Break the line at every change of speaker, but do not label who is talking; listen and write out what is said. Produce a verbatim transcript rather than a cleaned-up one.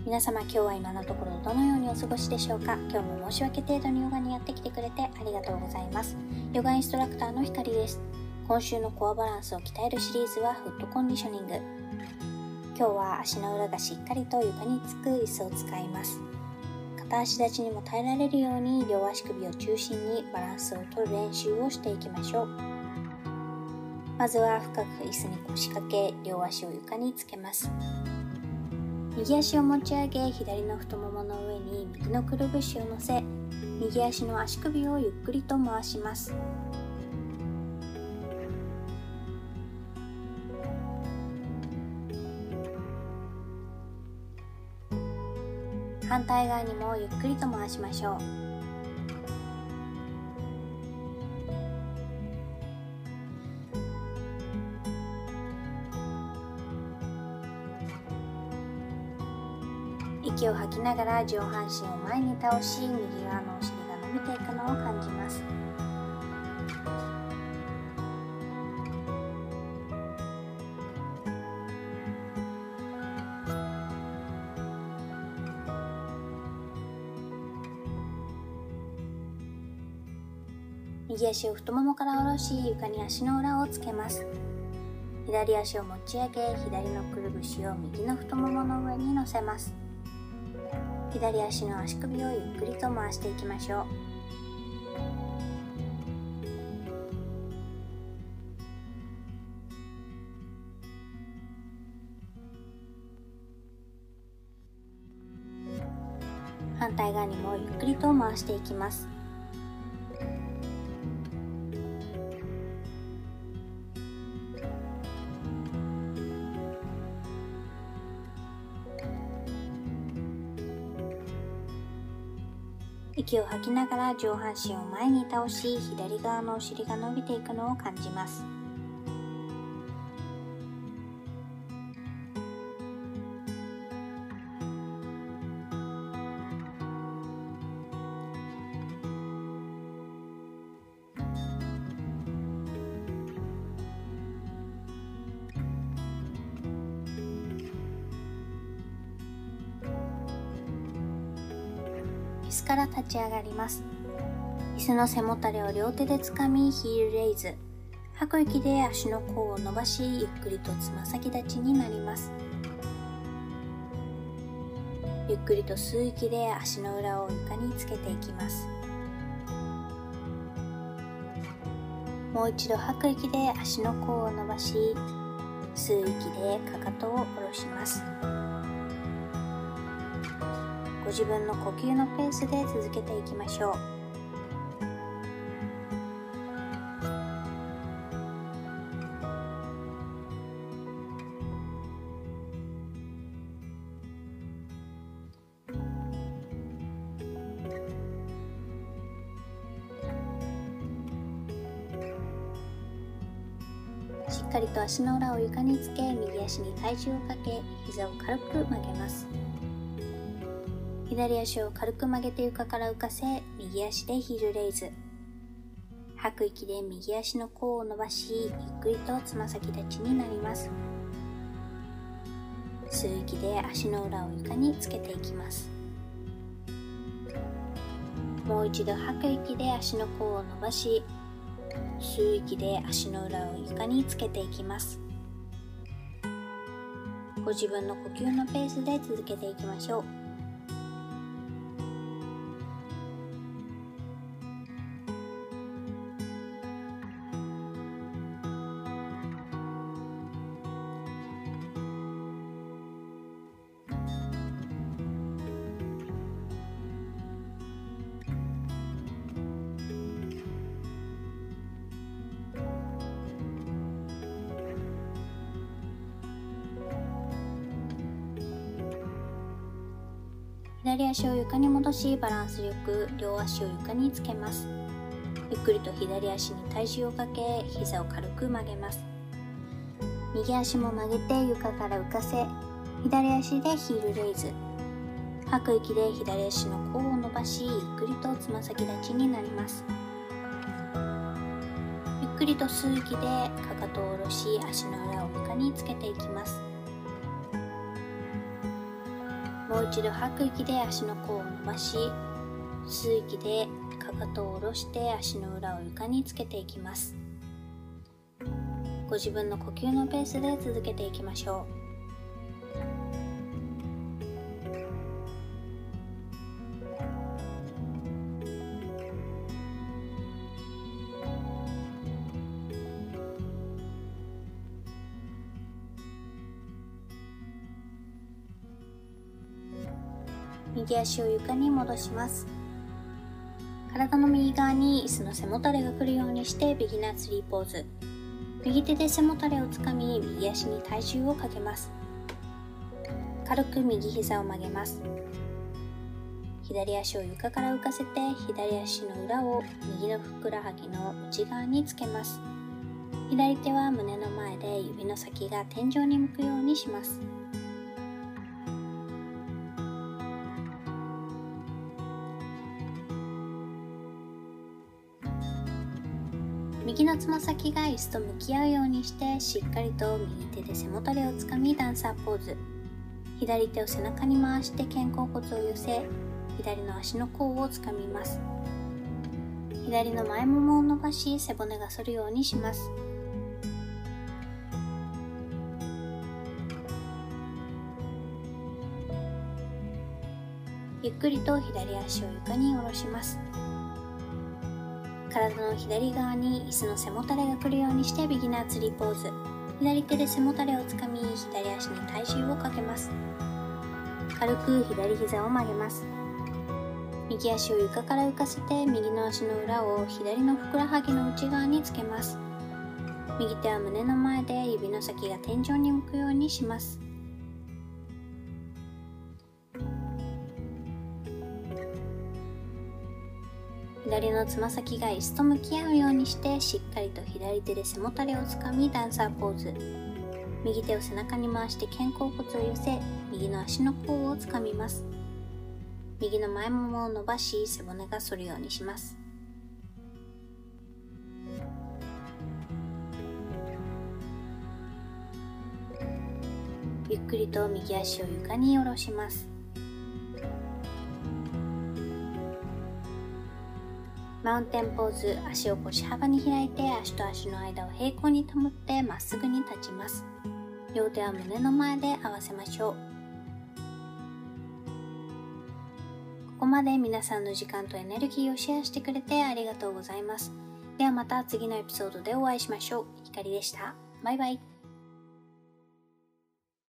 皆様、今日は今のところどのようにお過ごしでしょうか。今日も申し訳程度にヨガにやってきてくれてありがとうございます。ヨガインストラクターのひかりです。今週のコアバランスを鍛えるシリーズはフットコンディショニング。今日は足の裏がしっかりと床につく椅子を使います。片足立ちにも耐えられるように両足首を中心にバランスを取る練習をしていきましょう。まずは深く椅子に腰掛け、両足を床につけます。右足を持ち上げ、左の太ももの上に右のくるぶしを乗せ、右足の足首をゆっくりと回します。反対側にもゆっくりと回しましょう。息を吐きながら上半身を前に倒し、右側のお尻が伸びていくのを感じます。右足を太ももから下ろし、床に足の裏をつけます。左足を持ち上げ、左のくるぶしを右の太ももの上に乗せます。左足の足首をゆっくりと回していきましょう。反対側にもゆっくりと回していきます。息を吐きながら上半身を前に倒し、左側のお尻が伸びていくのを感じます。椅子から立ち上がります。椅子の背もたれを両手でつかみ、ヒールレイズ。吐く息で足の甲を伸ばし、ゆっくりとつま先立ちになります。ゆっくりと吸う息で足の裏を床につけていきます。もう一度吐く息で足の甲を伸ばし、吸う息でかかとを下ろします。ご自分の呼吸のペースで続けていきましょう。しっかりと足の裏を床につけ、右足に体重をかけ、膝を軽く曲げます。左足を軽く曲げて床から浮かせ、右足でヒールレイズ。吐く息で右足の甲を伸ばし、ゆっくりとつま先立ちになります。吸う息で足の裏を床につけていきます。もう一度吐く息で足の甲を伸ばし、吸う息で足の裏を床につけていきます。ご自分の呼吸のペースで続けていきましょう。左足を床に戻し、バランスよく両足を床につけます。ゆっくりと左足に体重をかけ、膝を軽く曲げます。右足も曲げて床から浮かせ、左足でヒールレイズ。吐く息で左足の甲を伸ばし、ゆっくりとつま先立ちになります。ゆっくりと吸う息でかかとを下ろし、足の裏を床につけていきます。ももう一度吐く息で足の甲を伸ばし、吸う息でかかとを下ろして足の裏を床につけていきます。ご自分の呼吸のペースで続けていきましょう。右足を床に戻します。体の右側に椅子の背もたれが来るようにしてビギナーツリーポーズ。右手で背もたれをつかみ、右足に体重をかけます。軽く右膝を曲げます。左足を床から浮かせて、左足の裏を右のふくらはぎの内側につけます。左手は胸の前で指の先が天井に向くようにします。右のつま先が椅子と向き合うようにして、しっかりと右手で背もたれをつかみダンサーポーズ。左手を背中に回して肩甲骨を寄せ、左の足の甲をつかみます。左の前ももを伸ばし、背骨が反るようにします。ゆっくりと左足を床に下ろします。体の左側に椅子の背もたれが来るようにしてビギナーツリーポーズ。左手で背もたれをつかみ、左足に体重をかけます。軽く左膝を曲げます。右足を床から浮かせて、右の足の裏を左のふくらはぎの内側につけます。右手は胸の前で指の先が天井に向くようにします。左のつま先が椅子と向き合うようにして、しっかりと左手で背もたれをつかみダンサーポーズ。右手を背中に回して肩甲骨を寄せ、右の足の甲をつかみます。右の前ももを伸ばし、背骨が反るようにします。ゆっくりと右足を床に下ろします。マウンテンポーズ。足を腰幅に開いて、足と足の間を平行に保ってまっすぐに立ちます。両手は胸の前で合わせましょう。ここまで皆さんの時間とエネルギーをシェアしてくれてありがとうございます。ではまた次のエピソードでお会いしましょう。ひかりでした。バイバイ。